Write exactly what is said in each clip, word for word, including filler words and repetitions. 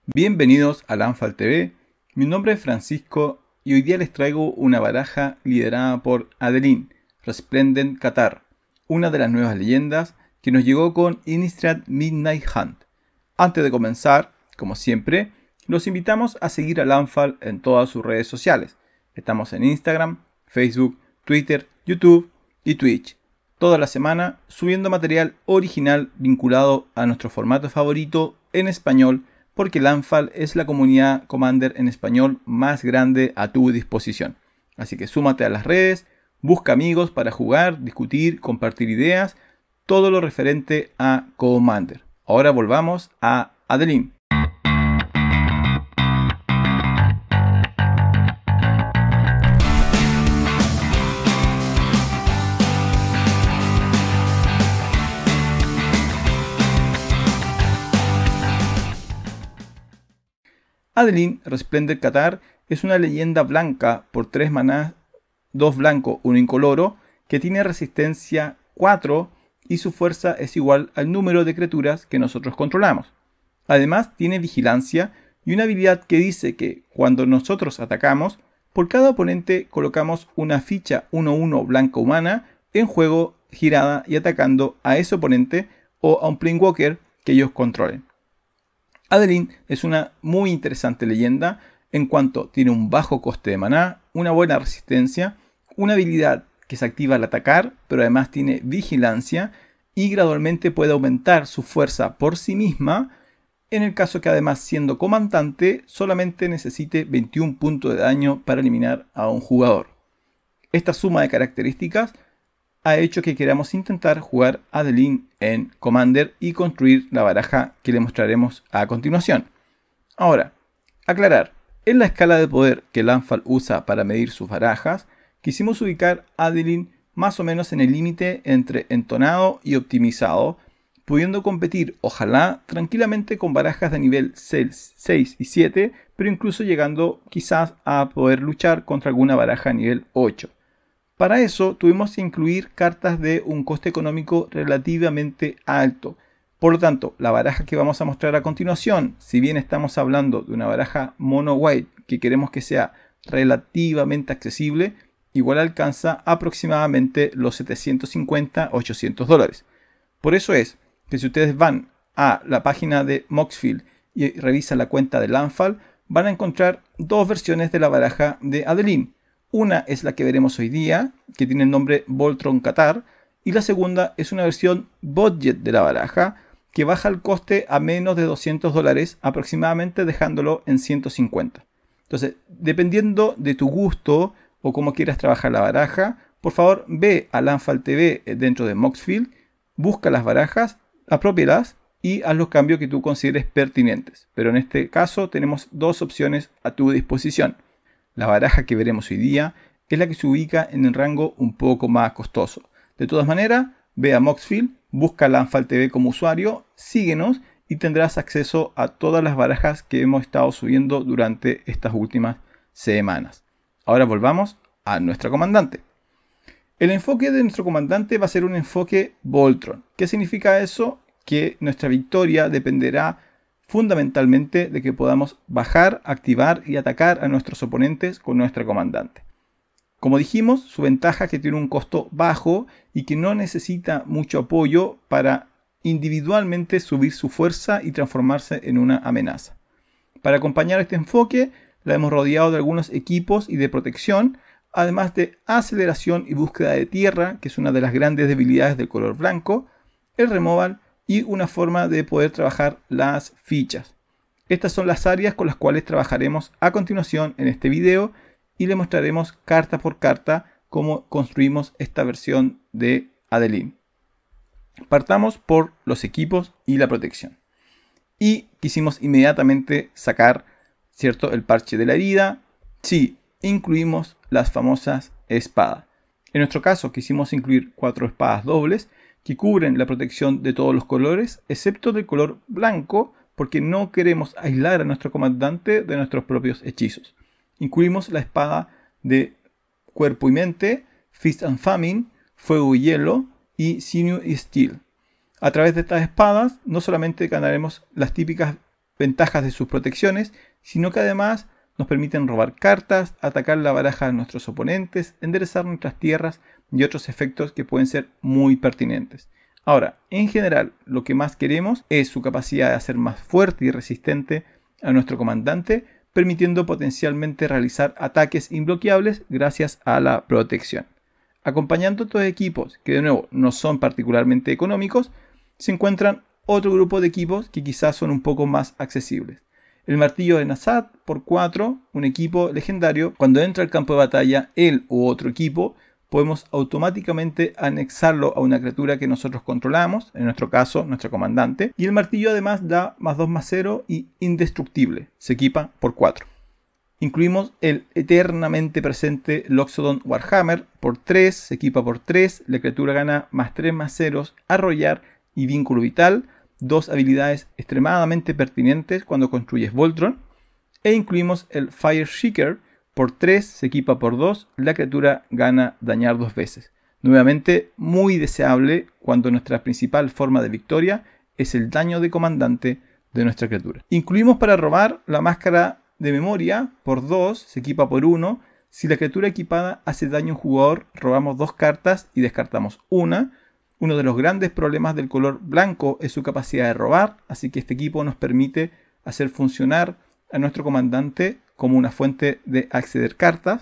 Bienvenidos a Lanfal T V, mi nombre es Francisco y hoy día les traigo una baraja liderada por Adeline, Resplendent Qatar, una de las nuevas leyendas que nos llegó con Innistrad Midnight Hunt. Antes de comenzar, como siempre, los invitamos a seguir a Lanfal en todas sus redes sociales. Estamos en Instagram, Facebook, Twitter, YouTube y Twitch. Toda la semana subiendo material original vinculado a nuestro formato favorito en español, porque Lanfal es la comunidad Commander en español más grande a tu disposición. Así que súmate a las redes, busca amigos para jugar, discutir, compartir ideas, todo lo referente a Commander. Ahora volvamos a Adeline. Adeline, Resplendent Qatar, es una leyenda blanca por tres manás, dos blanco, uno incoloro, que tiene resistencia cuatro y su fuerza es igual al número de criaturas que nosotros controlamos. Además tiene vigilancia y una habilidad que dice que cuando nosotros atacamos, por cada oponente colocamos una ficha uno uno blanca humana en juego girada y atacando a ese oponente o a un Planewalker que ellos controlen. Adeline es una muy interesante leyenda en cuanto tiene un bajo coste de maná, una buena resistencia, una habilidad que se activa al atacar, pero además tiene vigilancia y gradualmente puede aumentar su fuerza por sí misma, en el caso que además siendo comandante solamente necesite veintiún puntos de daño para eliminar a un jugador. Esta suma de características ha hecho que queramos intentar jugar Adeline en Commander y construir la baraja que le mostraremos a continuación. Ahora, aclarar, en la escala de poder que Lanfal usa para medir sus barajas, quisimos ubicar Adeline más o menos en el límite entre entonado y optimizado, pudiendo competir, ojalá, tranquilamente con barajas de nivel seis y siete, pero incluso llegando quizás a poder luchar contra alguna baraja a nivel ocho. Para eso tuvimos que incluir cartas de un coste económico relativamente alto. Por lo tanto, la baraja que vamos a mostrar a continuación, si bien estamos hablando de una baraja mono white que queremos que sea relativamente accesible, igual alcanza aproximadamente los setecientos cincuenta a ochocientos dólares. Por eso es que si ustedes van a la página de Moxfield y revisan la cuenta de Lanfal, van a encontrar dos versiones de la baraja de Adeline. Una es la que veremos hoy día, que tiene el nombre Voltron Qatar, y la segunda es una versión budget de la baraja, que baja el coste a menos de doscientos dólares, aproximadamente dejándolo en ciento cincuenta. Entonces, dependiendo de tu gusto o cómo quieras trabajar la baraja, por favor ve a Lanfal T V dentro de Moxfield, busca las barajas, apropialas y haz los cambios que tú consideres pertinentes. Pero en este caso tenemos dos opciones a tu disposición. La baraja que veremos hoy día es la que se ubica en el rango un poco más costoso. De todas maneras, ve a Moxfield, busca Lanfal T V como usuario, síguenos y tendrás acceso a todas las barajas que hemos estado subiendo durante estas últimas semanas. Ahora volvamos a nuestra comandante. El enfoque de nuestro comandante va a ser un enfoque Voltron. ¿Qué significa eso? Que nuestra victoria dependerá fundamentalmente de que podamos bajar, activar y atacar a nuestros oponentes con nuestra comandante. Como dijimos, su ventaja es que tiene un costo bajo y que no necesita mucho apoyo para individualmente subir su fuerza y transformarse en una amenaza. Para acompañar este enfoque, la hemos rodeado de algunos equipos y de protección, además de aceleración y búsqueda de tierra, que es una de las grandes debilidades del color blanco, el removal y una forma de poder trabajar las fichas. Estas son las áreas con las cuales trabajaremos a continuación en este video y le mostraremos carta por carta cómo construimos esta versión de Adeline. Partamos por los equipos y la protección. Y quisimos inmediatamente sacar, ¿cierto?, el parche de la herida. Sí, incluimos las famosas espadas. En nuestro caso quisimos incluir cuatro espadas dobles que cubren la protección de todos los colores, excepto del color blanco, porque no queremos aislar a nuestro comandante de nuestros propios hechizos. Incluimos la espada de cuerpo y mente, Fist and Famine, fuego y hielo, y sinew y steel. A través de estas espadas no solamente ganaremos las típicas ventajas de sus protecciones, sino que además nos permiten robar cartas, atacar la baraja de nuestros oponentes, enderezar nuestras tierras y otros efectos que pueden ser muy pertinentes. Ahora, en general, lo que más queremos es su capacidad de hacer más fuerte y resistente a nuestro comandante, permitiendo potencialmente realizar ataques imbloqueables gracias a la protección. Acompañando a estos equipos, que de nuevo no son particularmente económicos, se encuentran otro grupo de equipos que quizás son un poco más accesibles. El martillo de Nasad por cuatro, un equipo legendario. Cuando entra al campo de batalla él u otro equipo, podemos automáticamente anexarlo a una criatura que nosotros controlamos, en nuestro caso, nuestro comandante. Y el martillo además da más dos más cero y indestructible. Se equipa por cuatro. Incluimos el eternamente presente Loxodon Warhammer por tres, se equipa por tres. La criatura gana más tres más cero, arrollar y vínculo vital. Dos habilidades extremadamente pertinentes cuando construyes Voltron. E incluimos el Fire Seeker. Por tres, se equipa por dos, la criatura gana dañar dos veces. Nuevamente, muy deseable cuando nuestra principal forma de victoria es el daño de comandante de nuestra criatura. Incluimos para robar la máscara de memoria por dos, se equipa por uno. Si la criatura equipada hace daño a un jugador, robamos dos cartas y descartamos una. Uno de los grandes problemas del color blanco es su capacidad de robar, así que este equipo nos permite hacer funcionar a nuestro comandante como una fuente de acceder cartas.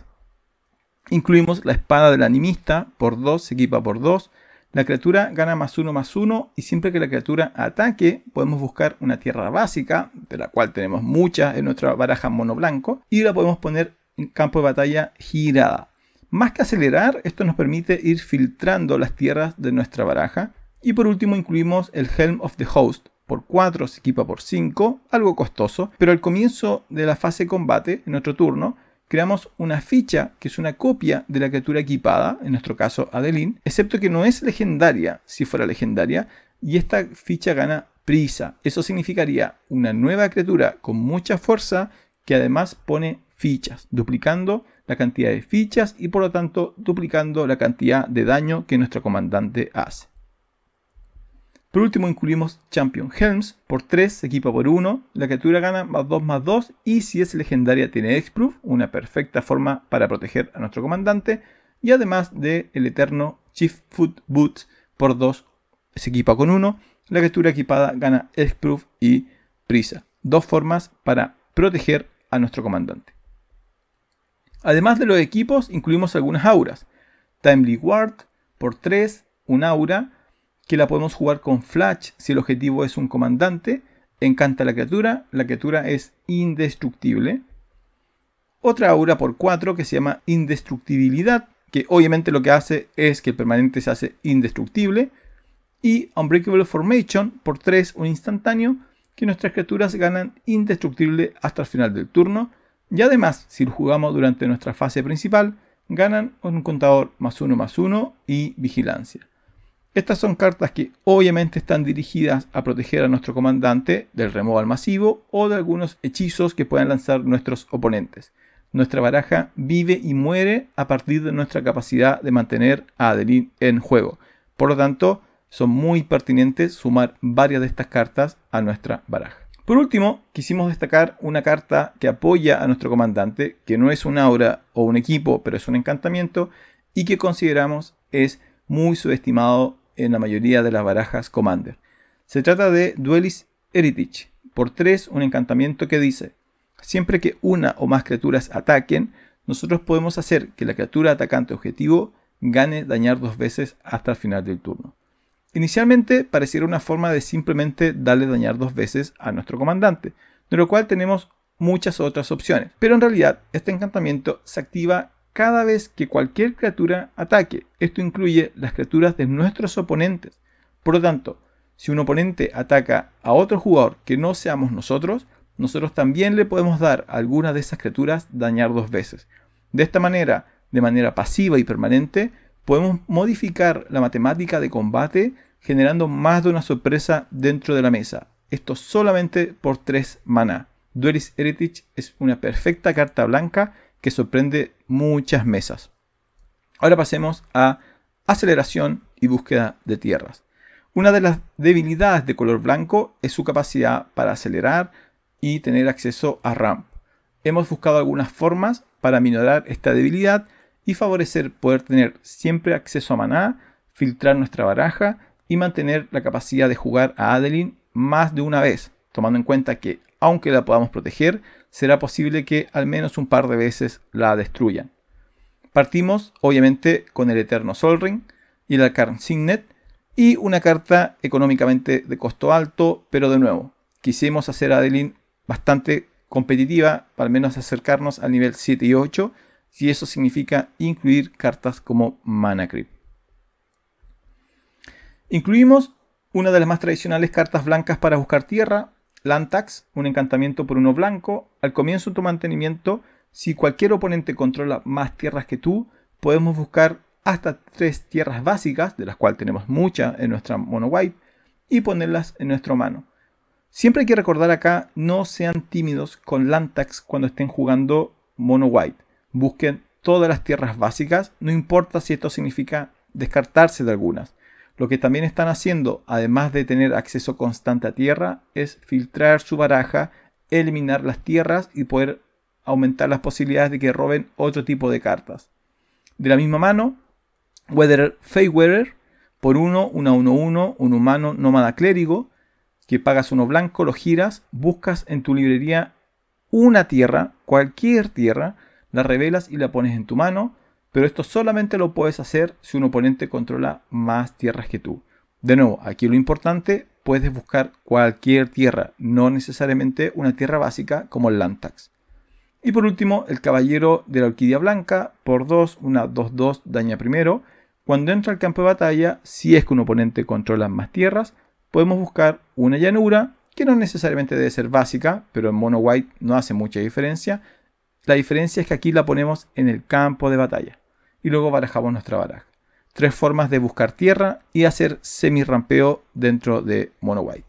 Incluimos la espada del animista por dos, se equipa por dos. La criatura gana más uno más uno y siempre que la criatura ataque podemos buscar una tierra básica, de la cual tenemos muchas en nuestra baraja mono blanco, y la podemos poner en campo de batalla girada. Más que acelerar, esto nos permite ir filtrando las tierras de nuestra baraja. Y por último incluimos el Helm of the Host. Por cuatro, se equipa por cinco, algo costoso, pero al comienzo de la fase de combate, en nuestro turno, creamos una ficha que es una copia de la criatura equipada, en nuestro caso Adeline, excepto que no es legendaria, si fuera legendaria, y esta ficha gana prisa. Eso significaría una nueva criatura con mucha fuerza que además pone fichas, duplicando la cantidad de fichas y por lo tanto duplicando la cantidad de daño que nuestro comandante hace. Por último incluimos Champion Helms, por tres se equipa por uno, la criatura gana más dos más dos y si es legendaria tiene Hexproof, una perfecta forma para proteger a nuestro comandante, y además de el eterno Chief Foot Boots por dos se equipa con uno, la criatura equipada gana Hexproof y prisa, dos formas para proteger a nuestro comandante. Además de los equipos incluimos algunas auras. Timely Ward por tres, un aura que la podemos jugar con Flash si el objetivo es un comandante. Encanta la criatura, la criatura es indestructible. Otra aura por cuatro que se llama Indestructibilidad, que obviamente lo que hace es que el permanente se hace indestructible. Y Unbreakable Formation por tres, un instantáneo, que nuestras criaturas ganan indestructible hasta el final del turno. Y además, si lo jugamos durante nuestra fase principal, ganan un contador más uno más uno y vigilancia. Estas son cartas que obviamente están dirigidas a proteger a nuestro comandante del removal masivo o de algunos hechizos que puedan lanzar nuestros oponentes. Nuestra baraja vive y muere a partir de nuestra capacidad de mantener a Adeline en juego. Por lo tanto, son muy pertinentes sumar varias de estas cartas a nuestra baraja. Por último, quisimos destacar una carta que apoya a nuestro comandante, que no es un aura o un equipo, pero es un encantamiento, y que consideramos es muy subestimado en la mayoría de las barajas Commander. Se trata de Duelist Heritage. Por tres, un encantamiento que dice: siempre que una o más criaturas ataquen, nosotros podemos hacer que la criatura atacante objetivo gane dañar dos veces hasta el final del turno. Inicialmente pareciera una forma de simplemente darle dañar dos veces a nuestro comandante, de lo cual tenemos muchas otras opciones. Pero en realidad este encantamiento se activa cada vez que cualquier criatura ataque. Esto incluye las criaturas de nuestros oponentes. Por lo tanto, si un oponente ataca a otro jugador que no seamos nosotros, nosotros también le podemos dar a alguna de esas criaturas dañar dos veces. De esta manera, de manera pasiva y permanente, podemos modificar la matemática de combate generando más de una sorpresa dentro de la mesa. Esto solamente por tres maná. Duelist Heritage es una perfecta carta blanca que sorprende muchas mesas. Ahora pasemos a aceleración y búsqueda de tierras. Una de las debilidades de color blanco es su capacidad para acelerar y tener acceso a ramp. Hemos buscado algunas formas para minorar esta debilidad y favorecer poder tener siempre acceso a maná, filtrar nuestra baraja y mantener la capacidad de jugar a Adeline más de una vez, tomando en cuenta que aunque la podamos proteger, será posible que al menos un par de veces la destruyan. Partimos obviamente con el Eterno Sol Ring y el Arcane Signet y una carta económicamente de costo alto, pero de nuevo, quisimos hacer a Adeline bastante competitiva, para al menos acercarnos al nivel siete y ocho, y eso significa incluir cartas como Mana Creep. Incluimos una de las más tradicionales cartas blancas para buscar tierra, Lantax, un encantamiento por uno blanco. Al comienzo de tu mantenimiento, si cualquier oponente controla más tierras que tú, podemos buscar hasta tres tierras básicas, de las cuales tenemos muchas en nuestra mono white, y ponerlas en nuestra mano. Siempre hay que recordar acá, no sean tímidos con Lantax cuando estén jugando mono white. Busquen todas las tierras básicas, no importa si esto significa descartarse de algunas. Lo que también están haciendo, además de tener acceso constante a tierra, es filtrar su baraja, eliminar las tierras y poder aumentar las posibilidades de que roben otro tipo de cartas. De la misma mano, Weatherer Feyweather, por uno, una uno uno, un humano nómada clérigo, que pagas uno blanco, lo giras, buscas en tu librería una tierra, cualquier tierra, la revelas y la pones en tu mano. Pero esto solamente lo puedes hacer si un oponente controla más tierras que tú. De nuevo, aquí lo importante, puedes buscar cualquier tierra, no necesariamente una tierra básica como el Lantax. Y por último, el Caballero de la Orquídea Blanca, por dos, una dos dos, daña primero. Cuando entra al campo de batalla, si es que un oponente controla más tierras, podemos buscar una llanura, que no necesariamente debe ser básica, pero en mono white no hace mucha diferencia. La diferencia es que aquí la ponemos en el campo de batalla. Y luego barajamos nuestra baraja. Tres formas de buscar tierra y hacer semi-rampeo dentro de mono white.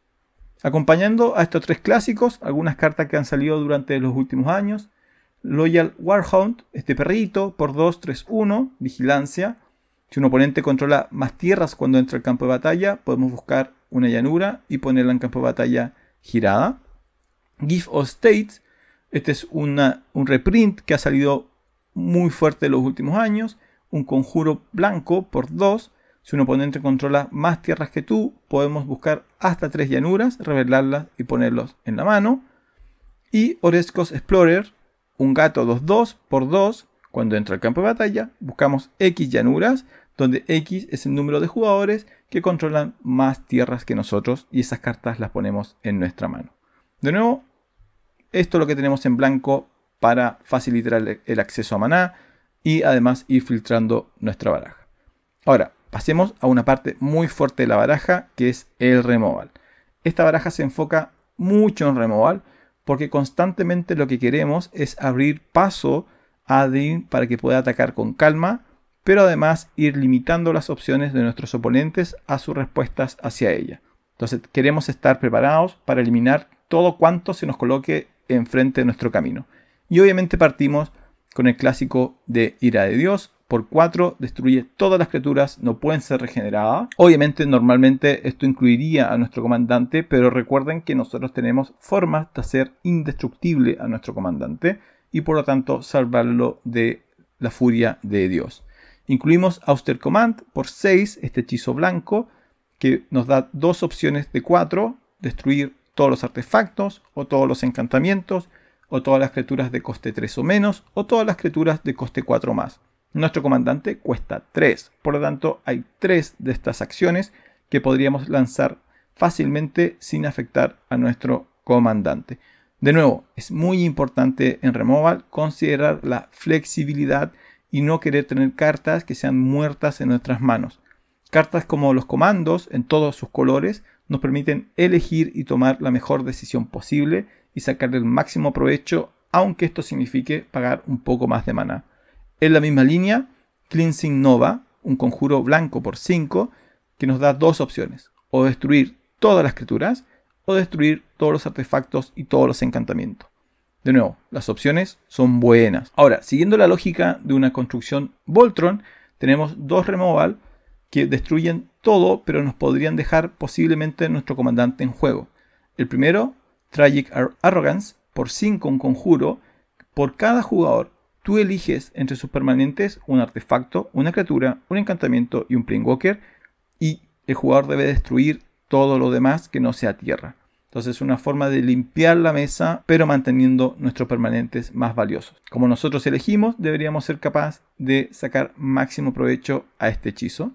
Acompañando a estos tres clásicos, algunas cartas que han salido durante los últimos años. Loyal Warhound, este perrito, por dos, tres, uno, vigilancia. Si un oponente controla más tierras cuando entra al campo de batalla, podemos buscar una llanura y ponerla en campo de batalla girada. Gift of States. Este es una, un reprint que ha salido muy fuerte en los últimos años. Un conjuro blanco por dos. Si un oponente controla más tierras que tú, podemos buscar hasta tres llanuras, revelarlas y ponerlos en la mano. Y Oreskos Explorer, un gato dos dos por dos. Cuando entra al campo de batalla, buscamos X llanuras, donde X es el número de jugadores que controlan más tierras que nosotros. Y esas cartas las ponemos en nuestra mano. De nuevo, esto es lo que tenemos en blanco para facilitar el acceso a maná y además ir filtrando nuestra baraja. Ahora, pasemos a una parte muy fuerte de la baraja, que es el removal. Esta baraja se enfoca mucho en removal porque constantemente lo que queremos es abrir paso a Adeline para que pueda atacar con calma, pero además ir limitando las opciones de nuestros oponentes a sus respuestas hacia ella. Entonces queremos estar preparados para eliminar todo cuanto se nos coloque enfrente de nuestro camino. Y obviamente partimos con el clásico de Ira de Dios. Por cuatro, destruye todas las criaturas, no pueden ser regeneradas. Obviamente, normalmente esto incluiría a nuestro comandante, pero recuerden que nosotros tenemos formas de hacer indestructible a nuestro comandante y por lo tanto salvarlo de la furia de Dios. Incluimos Auster Command por seis, este hechizo blanco, que nos da dos opciones de cuatro, destruir todos los artefactos o todos los encantamientos, o todas las criaturas de coste tres o menos, o todas las criaturas de coste cuatro más. Nuestro comandante cuesta tres, por lo tanto hay tres de estas acciones que podríamos lanzar fácilmente sin afectar a nuestro comandante. De nuevo, es muy importante en Removal considerar la flexibilidad y no querer tener cartas que sean muertas en nuestras manos. Cartas como los comandos en todos sus colores nos permiten elegir y tomar la mejor decisión posible y sacarle el máximo provecho, aunque esto signifique pagar un poco más de maná. En la misma línea, Cleansing Nova, un conjuro blanco por cinco, que nos da dos opciones, o destruir todas las criaturas, o destruir todos los artefactos y todos los encantamientos. De nuevo, las opciones son buenas. Ahora, siguiendo la lógica de una construcción Voltron, tenemos dos removal que destruyen todo, pero nos podrían dejar posiblemente nuestro comandante en juego. El primero, Tragic Arrogance, por cinco un conjuro. Por cada jugador, tú eliges entre sus permanentes un artefacto, una criatura, un encantamiento y un Planeswalker, y el jugador debe destruir todo lo demás que no sea tierra. Entonces es una forma de limpiar la mesa, pero manteniendo nuestros permanentes más valiosos. Como nosotros elegimos, deberíamos ser capaces de sacar máximo provecho a este hechizo.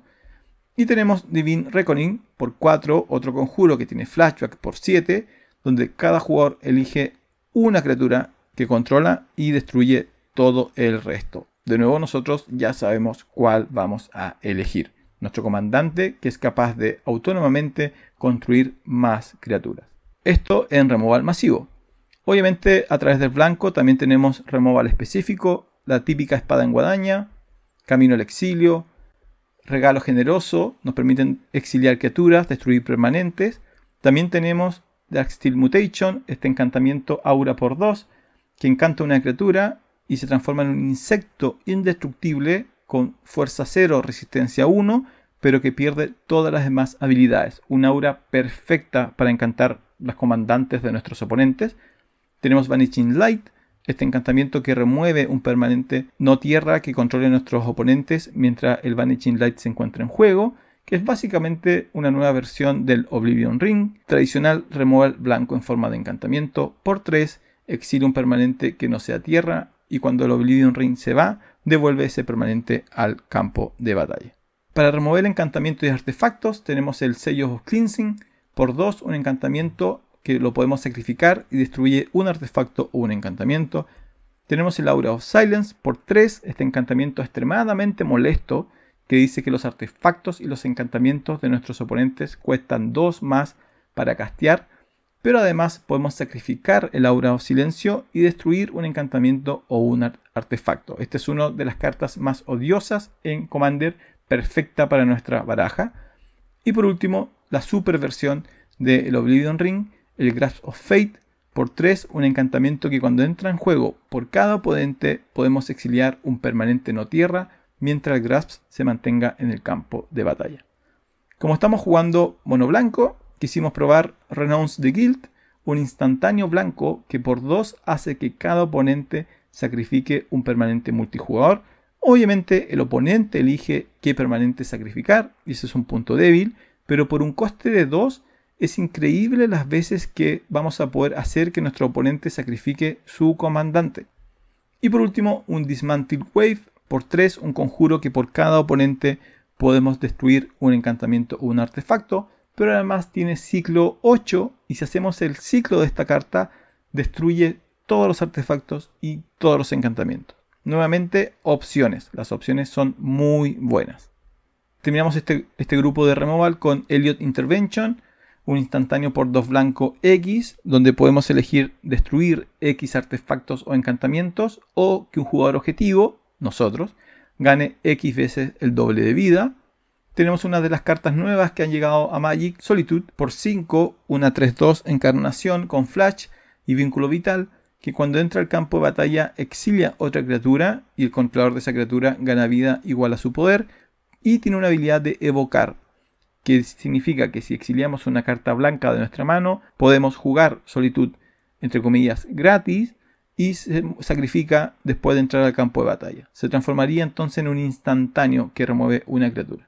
Y tenemos Divine Reckoning por cuatro, otro conjuro que tiene flashback por siete, donde cada jugador elige una criatura que controla y destruye todo el resto. De nuevo, nosotros ya sabemos cuál vamos a elegir. Nuestro comandante, que es capaz de autónomamente construir más criaturas. Esto en removal masivo. Obviamente, a través del blanco también tenemos removal específico, la típica espada en guadaña, camino al exilio, regalo generoso, nos permiten exiliar criaturas, destruir permanentes. También tenemos Darksteel Mutation, este encantamiento aura por dos, que encanta una criatura y se transforma en un insecto indestructible con fuerza cero, resistencia uno, pero que pierde todas las demás habilidades. Una aura perfecta para encantar las comandantes de nuestros oponentes. Tenemos Vanishing Light, este encantamiento que remueve un permanente no tierra que controle a nuestros oponentes mientras el Vanishing Light se encuentra en juego, que es básicamente una nueva versión del Oblivion Ring. Tradicional removal blanco en forma de encantamiento por tres, exilia un permanente que no sea tierra y cuando el Oblivion Ring se va, devuelve ese permanente al campo de batalla. Para remover encantamientos y artefactos tenemos el Sello of Cleansing por dos, un encantamiento que lo podemos sacrificar y destruye un artefacto o un encantamiento. Tenemos el Aura of Silence por tres, este encantamiento extremadamente molesto que dice que los artefactos y los encantamientos de nuestros oponentes cuestan dos más para castear, pero además podemos sacrificar el Aura of Silencio y destruir un encantamiento o un artefacto. Esta es una de las cartas más odiosas en Commander, perfecta para nuestra baraja. Y por último, la super versión del Oblivion Ring, el Grasp of Fate, por tres, un encantamiento que cuando entra en juego por cada oponente podemos exiliar un permanente no tierra mientras el Grasp se mantenga en el campo de batalla. Como estamos jugando mono blanco, quisimos probar Renounce the Guild, un instantáneo blanco que por dos hace que cada oponente sacrifique un permanente multijugador. Obviamente el oponente elige qué permanente sacrificar, y ese es un punto débil, pero por un coste de dos es increíble las veces que vamos a poder hacer que nuestro oponente sacrifique su comandante. Y por último, un Dismantle Wave por tres, un conjuro que por cada oponente podemos destruir un encantamiento o un artefacto, pero además tiene ciclo ocho, y si hacemos el ciclo de esta carta, destruye todos los artefactos y todos los encantamientos. Nuevamente, opciones. Las opciones son muy buenas. Terminamos este, este grupo de removal con Elliot Intervention, un instantáneo por dos blanco X, donde podemos elegir destruir X artefactos o encantamientos, o que un jugador objetivo, nosotros, gane X veces el doble de vida. Tenemos una de las cartas nuevas que han llegado a Magic, Solitude, por cinco, una tres dos encarnación con flash y vínculo vital, que cuando entra al campo de batalla exilia otra criatura y el controlador de esa criatura gana vida igual a su poder, y tiene una habilidad de evocar, que significa que si exiliamos una carta blanca de nuestra mano, podemos jugar Solitud, entre comillas, gratis, y se sacrifica después de entrar al campo de batalla. Se transformaría entonces en un instantáneo que remueve una criatura.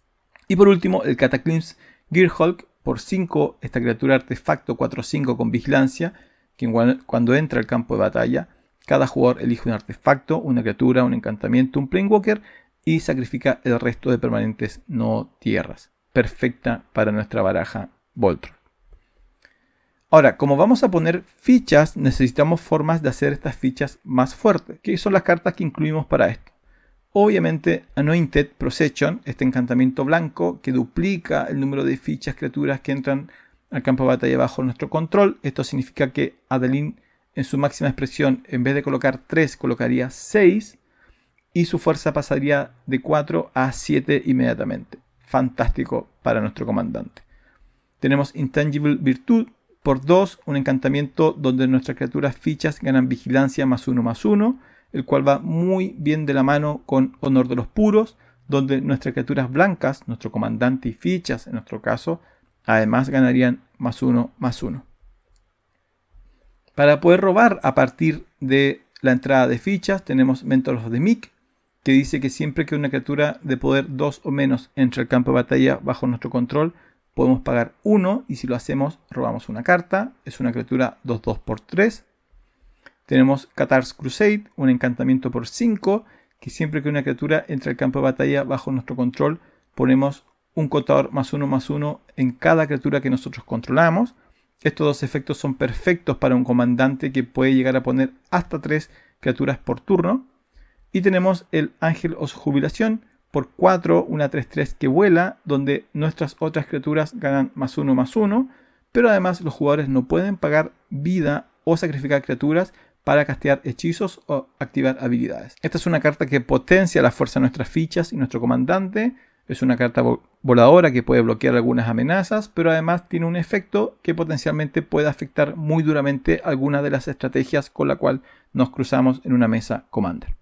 Y por último, el Cataclysm Gearhulk por cinco, esta criatura artefacto cuatro cinco con vigilancia, que cuando entra al campo de batalla, cada jugador elige un artefacto, una criatura, un encantamiento, un Planeswalker, y sacrifica el resto de permanentes no tierras. Perfecta para nuestra baraja Voltron. Ahora, como vamos a poner fichas, necesitamos formas de hacer estas fichas más fuertes, que son las cartas que incluimos para esto. Obviamente, Anointed Procession, este encantamiento blanco que duplica el número de fichas, criaturas que entran al campo de batalla bajo nuestro control. Esto significa que Adeline, en su máxima expresión, en vez de colocar tres, colocaría seis, y su fuerza pasaría de cuatro a siete inmediatamente. Fantástico para nuestro comandante. Tenemos Intangible Virtud por dos, un encantamiento donde nuestras criaturas fichas ganan vigilancia más uno más uno, el cual va muy bien de la mano con Honor de los Puros, donde nuestras criaturas blancas, nuestro comandante y fichas en nuestro caso, además ganarían más uno más uno. Para poder robar a partir de la entrada de fichas, tenemos Mentor of the Meek, que dice que siempre que una criatura de poder dos o menos entre al campo de batalla bajo nuestro control, podemos pagar uno, y si lo hacemos, robamos una carta. Es una criatura dos dos por tres. Tenemos Catar's Crusade, un encantamiento por cinco, que siempre que una criatura entre al campo de batalla bajo nuestro control, ponemos un contador más uno más uno en cada criatura que nosotros controlamos. Estos dos efectos son perfectos para un comandante que puede llegar a poner hasta tres criaturas por turno. Y tenemos el Ángel o su Jubilación por cuatro, una tres tres que vuela, donde nuestras otras criaturas ganan más uno más uno, pero además los jugadores no pueden pagar vida o sacrificar criaturas para castear hechizos o activar habilidades. Esta es una carta que potencia la fuerza de nuestras fichas y nuestro comandante. Es una carta voladora que puede bloquear algunas amenazas, pero además tiene un efecto que potencialmente puede afectar muy duramente alguna de las estrategias con la cual nos cruzamos en una mesa Commander.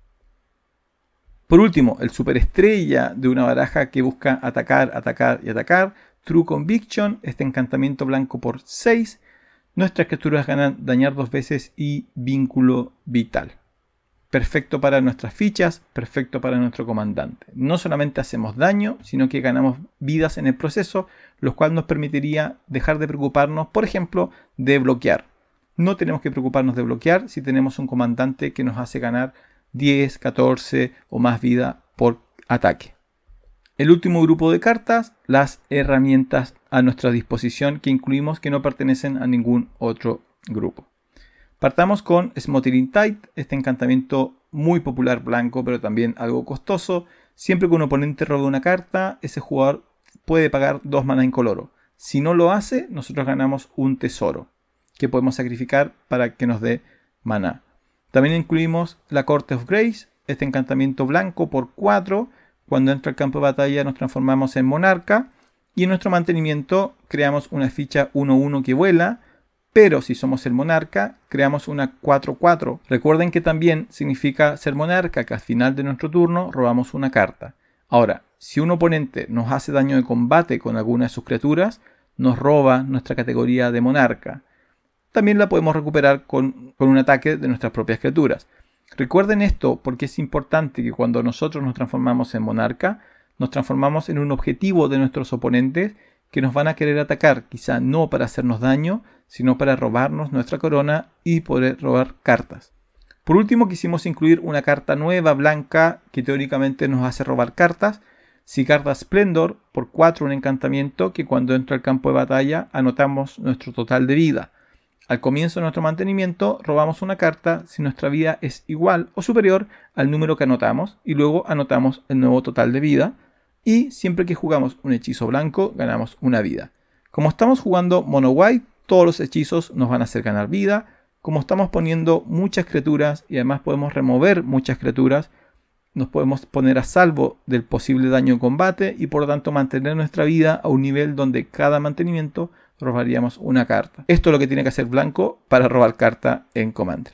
Por último, el superestrella de una baraja que busca atacar, atacar y atacar, True Conviction, este encantamiento blanco por seis. Nuestras criaturas ganan dañar dos veces y vínculo vital. Perfecto para nuestras fichas, perfecto para nuestro comandante. No solamente hacemos daño, sino que ganamos vidas en el proceso, lo cual nos permitiría dejar de preocuparnos, por ejemplo, de bloquear. No tenemos que preocuparnos de bloquear si tenemos un comandante que nos hace ganar diez, catorce o más vida por ataque. El último grupo de cartas, las herramientas a nuestra disposición que incluimos que no pertenecen a ningún otro grupo. Partamos con Smothering Tide, este encantamiento muy popular blanco, pero también algo costoso. Siempre que un oponente robe una carta, ese jugador puede pagar dos maná incoloro. Si no lo hace, nosotros ganamos un tesoro que podemos sacrificar para que nos dé maná. También incluimos la Court of Grace, este encantamiento blanco por cuatro. Cuando entra al campo de batalla nos transformamos en monarca. Y en nuestro mantenimiento creamos una ficha uno uno que vuela. Pero si somos el monarca, creamos una cuatro cuatro. Recuerden que también significa ser monarca, que al final de nuestro turno robamos una carta. Ahora, si un oponente nos hace daño de combate con alguna de sus criaturas, nos roba nuestra categoría de monarca. También la podemos recuperar con, con un ataque de nuestras propias criaturas. Recuerden esto porque es importante que cuando nosotros nos transformamos en monarca, nos transformamos en un objetivo de nuestros oponentes que nos van a querer atacar, quizá no para hacernos daño, sino para robarnos nuestra corona y poder robar cartas. Por último, quisimos incluir una carta nueva blanca que teóricamente nos hace robar cartas. Sigarda Splendor por cuatro, un encantamiento que cuando entra al campo de batalla anotamos nuestro total de vida. Al comienzo de nuestro mantenimiento robamos una carta si nuestra vida es igual o superior al número que anotamos y luego anotamos el nuevo total de vida. Y siempre que jugamos un hechizo blanco ganamos una vida. Como estamos jugando mono white, todos los hechizos nos van a hacer ganar vida. Como estamos poniendo muchas criaturas y además podemos remover muchas criaturas, nos podemos poner a salvo del posible daño en combate y por lo tanto mantener nuestra vida a un nivel donde cada mantenimiento robaríamos una carta. Esto es lo que tiene que hacer blanco para robar carta en Commander.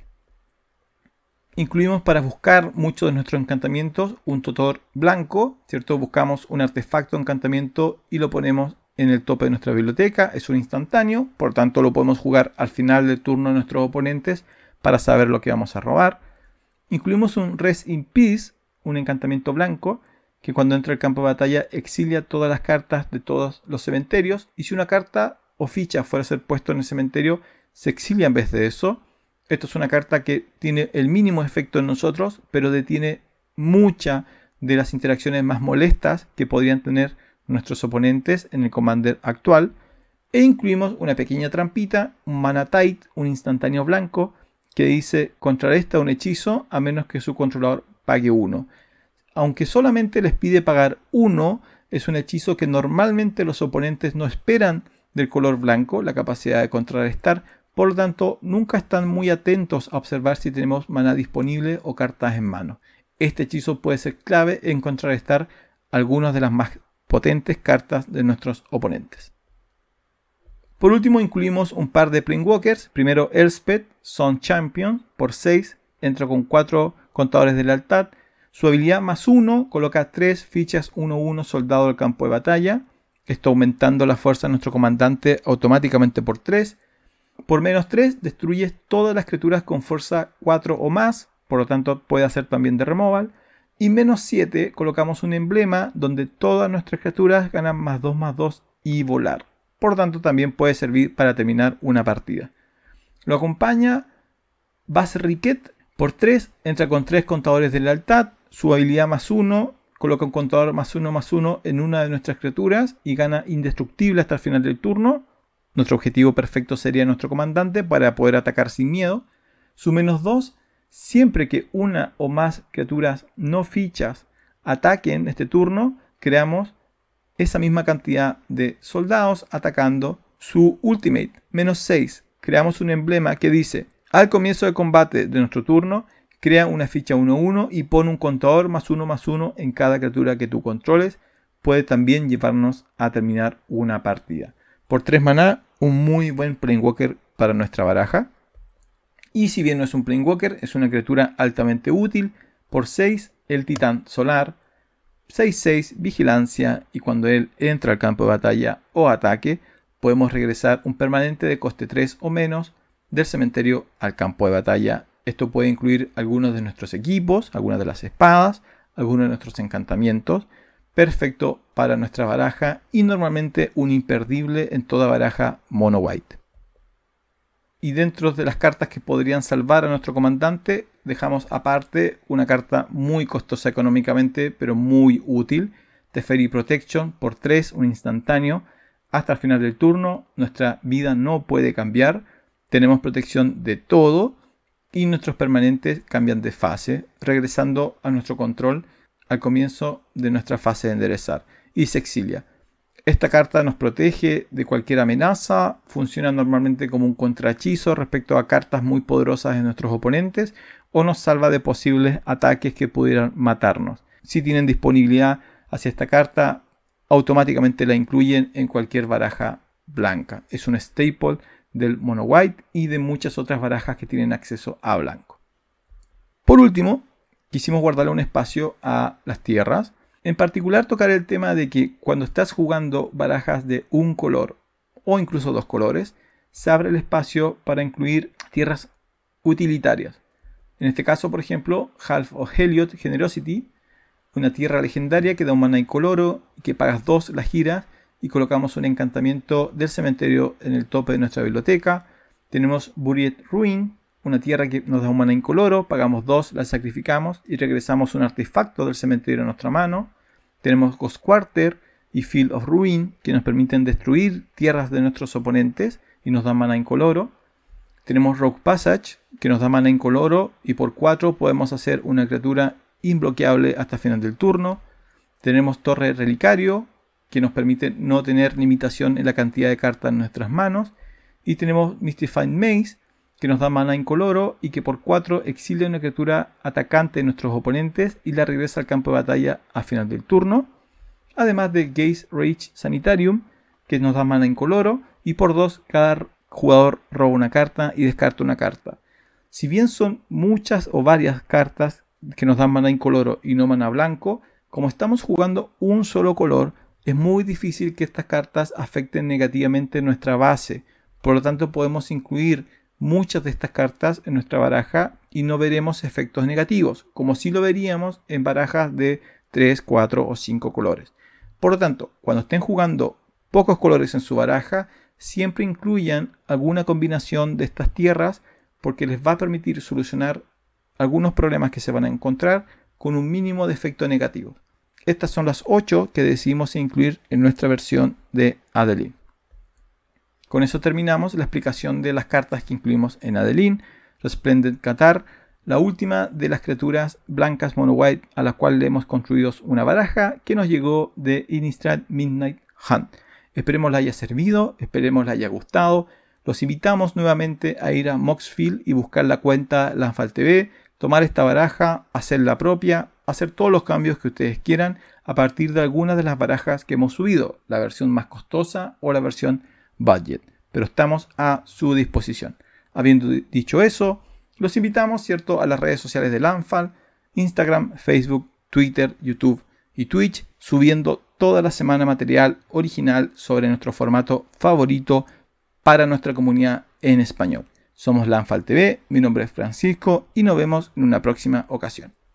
Incluimos para buscar muchos de nuestros encantamientos un tutor blanco, ¿cierto? Buscamos un artefacto encantamiento y lo ponemos en el tope de nuestra biblioteca. Es un instantáneo, por tanto lo podemos jugar al final del turno de nuestros oponentes para saber lo que vamos a robar. Incluimos un Rest in Peace, un encantamiento blanco, que cuando entra al campo de batalla exilia todas las cartas de todos los cementerios. Y si una carta o ficha fuera a ser puesto en el cementerio, se exilia en vez de eso. Esto es una carta que tiene el mínimo efecto en nosotros, pero detiene muchas de las interacciones más molestas que podrían tener nuestros oponentes en el Commander actual. E incluimos una pequeña trampita, un Mana Tide, un instantáneo blanco, que dice contrarresta un hechizo a menos que su controlador pague uno. Aunque solamente les pide pagar uno, es un hechizo que normalmente los oponentes no esperan del color blanco, la capacidad de contrarrestar. Por lo tanto, nunca están muy atentos a observar si tenemos maná disponible o cartas en mano. Este hechizo puede ser clave en contrarrestar algunas de las más potentes cartas de nuestros oponentes. Por último, incluimos un par de Planewalkers. Primero, Elspeth, Sun Champion, por seis, entra con cuatro contadores de lealtad. Su habilidad más uno coloca tres fichas uno uno soldado al campo de batalla. Esto aumentando la fuerza de nuestro comandante automáticamente por tres. Por menos tres destruyes todas las criaturas con fuerza cuatro o más, por lo tanto puede hacer también de removal. Y menos siete colocamos un emblema donde todas nuestras criaturas ganan más dos más dos y volar. Por lo tanto también puede servir para terminar una partida. Lo acompaña Basriket por tres, entra con tres contadores de lealtad, su habilidad más uno, coloca un contador más uno más uno en una de nuestras criaturas y gana indestructible hasta el final del turno. Nuestro objetivo perfecto sería nuestro comandante para poder atacar sin miedo. Su menos dos, siempre que una o más criaturas no fichas ataquen este turno, creamos esa misma cantidad de soldados atacando. Su ultimate, menos seis, creamos un emblema que dice: al comienzo del combate de nuestro turno, crea una ficha uno uno y pone un contador más uno más uno en cada criatura que tú controles. Puede también llevarnos a terminar una partida. Por tres maná, un muy buen Planewalker para nuestra baraja. Y si bien no es un Planewalker, es una criatura altamente útil. Por seis, el Titán Solar. seis seis, Vigilancia. Y cuando él entra al campo de batalla o ataque, podemos regresar un permanente de coste tres o menos del cementerio al campo de batalla. Esto puede incluir algunos de nuestros equipos, algunas de las espadas, algunos de nuestros encantamientos. Perfecto para nuestra baraja y normalmente un imperdible en toda baraja mono white. Y dentro de las cartas que podrían salvar a nuestro comandante, dejamos aparte una carta muy costosa económicamente, pero muy útil. Teferi Protection por tres, un instantáneo. Hasta el final del turno, nuestra vida no puede cambiar. Tenemos protección de todo y nuestros permanentes cambian de fase, regresando a nuestro control al comienzo de nuestra fase de enderezar. Y se exilia. Esta carta nos protege de cualquier amenaza, funciona normalmente como un contrahechizo respecto a cartas muy poderosas de nuestros oponentes o nos salva de posibles ataques que pudieran matarnos. Si tienen disponibilidad hacia esta carta, automáticamente la incluyen en cualquier baraja blanca. Es un staple del mono white y de muchas otras barajas que tienen acceso a blanco. Por último, quisimos guardarle un espacio a las tierras. En particular tocar el tema de que cuando estás jugando barajas de un color o incluso dos colores, se abre el espacio para incluir tierras utilitarias. En este caso, por ejemplo, Half of Heliod Generosity, una tierra legendaria que da un maná incoloro y que pagas dos, la giras y colocamos un encantamiento del cementerio en el tope de nuestra biblioteca. Tenemos Buried Ruin, una tierra que nos da un maná incoloro, pagamos dos, la sacrificamos y regresamos un artefacto del cementerio a nuestra mano. Tenemos Ghost Quarter y Field of Ruin, que nos permiten destruir tierras de nuestros oponentes y nos dan maná incoloro. Tenemos Rogue Passage, que nos da maná incoloro y por cuatro podemos hacer una criatura imbloqueable hasta final del turno. Tenemos Torre Relicario, que nos permite no tener limitación en la cantidad de cartas en nuestras manos. Y tenemos Mystified Maze, que nos da maná incoloro y que por cuatro exilia una criatura atacante de nuestros oponentes y la regresa al campo de batalla a final del turno. Además de Gaze Rage Sanitarium, que nos da maná incoloro y por dos cada jugador roba una carta y descarta una carta. Si bien son muchas o varias cartas que nos dan maná incoloro y no maná blanco, como estamos jugando un solo color, es muy difícil que estas cartas afecten negativamente nuestra base. Por lo tanto, podemos incluir muchas de estas cartas en nuestra baraja y no veremos efectos negativos, como si lo veríamos en barajas de tres, cuatro o cinco colores. Por lo tanto, cuando estén jugando pocos colores en su baraja, siempre incluyan alguna combinación de estas tierras porque les va a permitir solucionar algunos problemas que se van a encontrar con un mínimo de efecto negativo. Estas son las ocho que decidimos incluir en nuestra versión de Adeline. Con eso terminamos la explicación de las cartas que incluimos en Adeline. Resplendent Cathar, la última de las criaturas blancas mono white a la cual le hemos construido una baraja que nos llegó de Innistrad Midnight Hunt. Esperemos la haya servido, esperemos la haya gustado. Los invitamos nuevamente a ir a Moxfield y buscar la cuenta Landfall T V, tomar esta baraja, hacerla propia, hacer todos los cambios que ustedes quieran a partir de algunas de las barajas que hemos subido, la versión más costosa o la versión budget, pero estamos a su disposición. Habiendo dicho eso, los invitamos, ¿cierto?, a las redes sociales de Landfall, Instagram, Facebook, Twitter, YouTube y Twitch, subiendo toda la semana material original sobre nuestro formato favorito para nuestra comunidad en español. Somos Lanfal T V, mi nombre es Francisco y nos vemos en una próxima ocasión.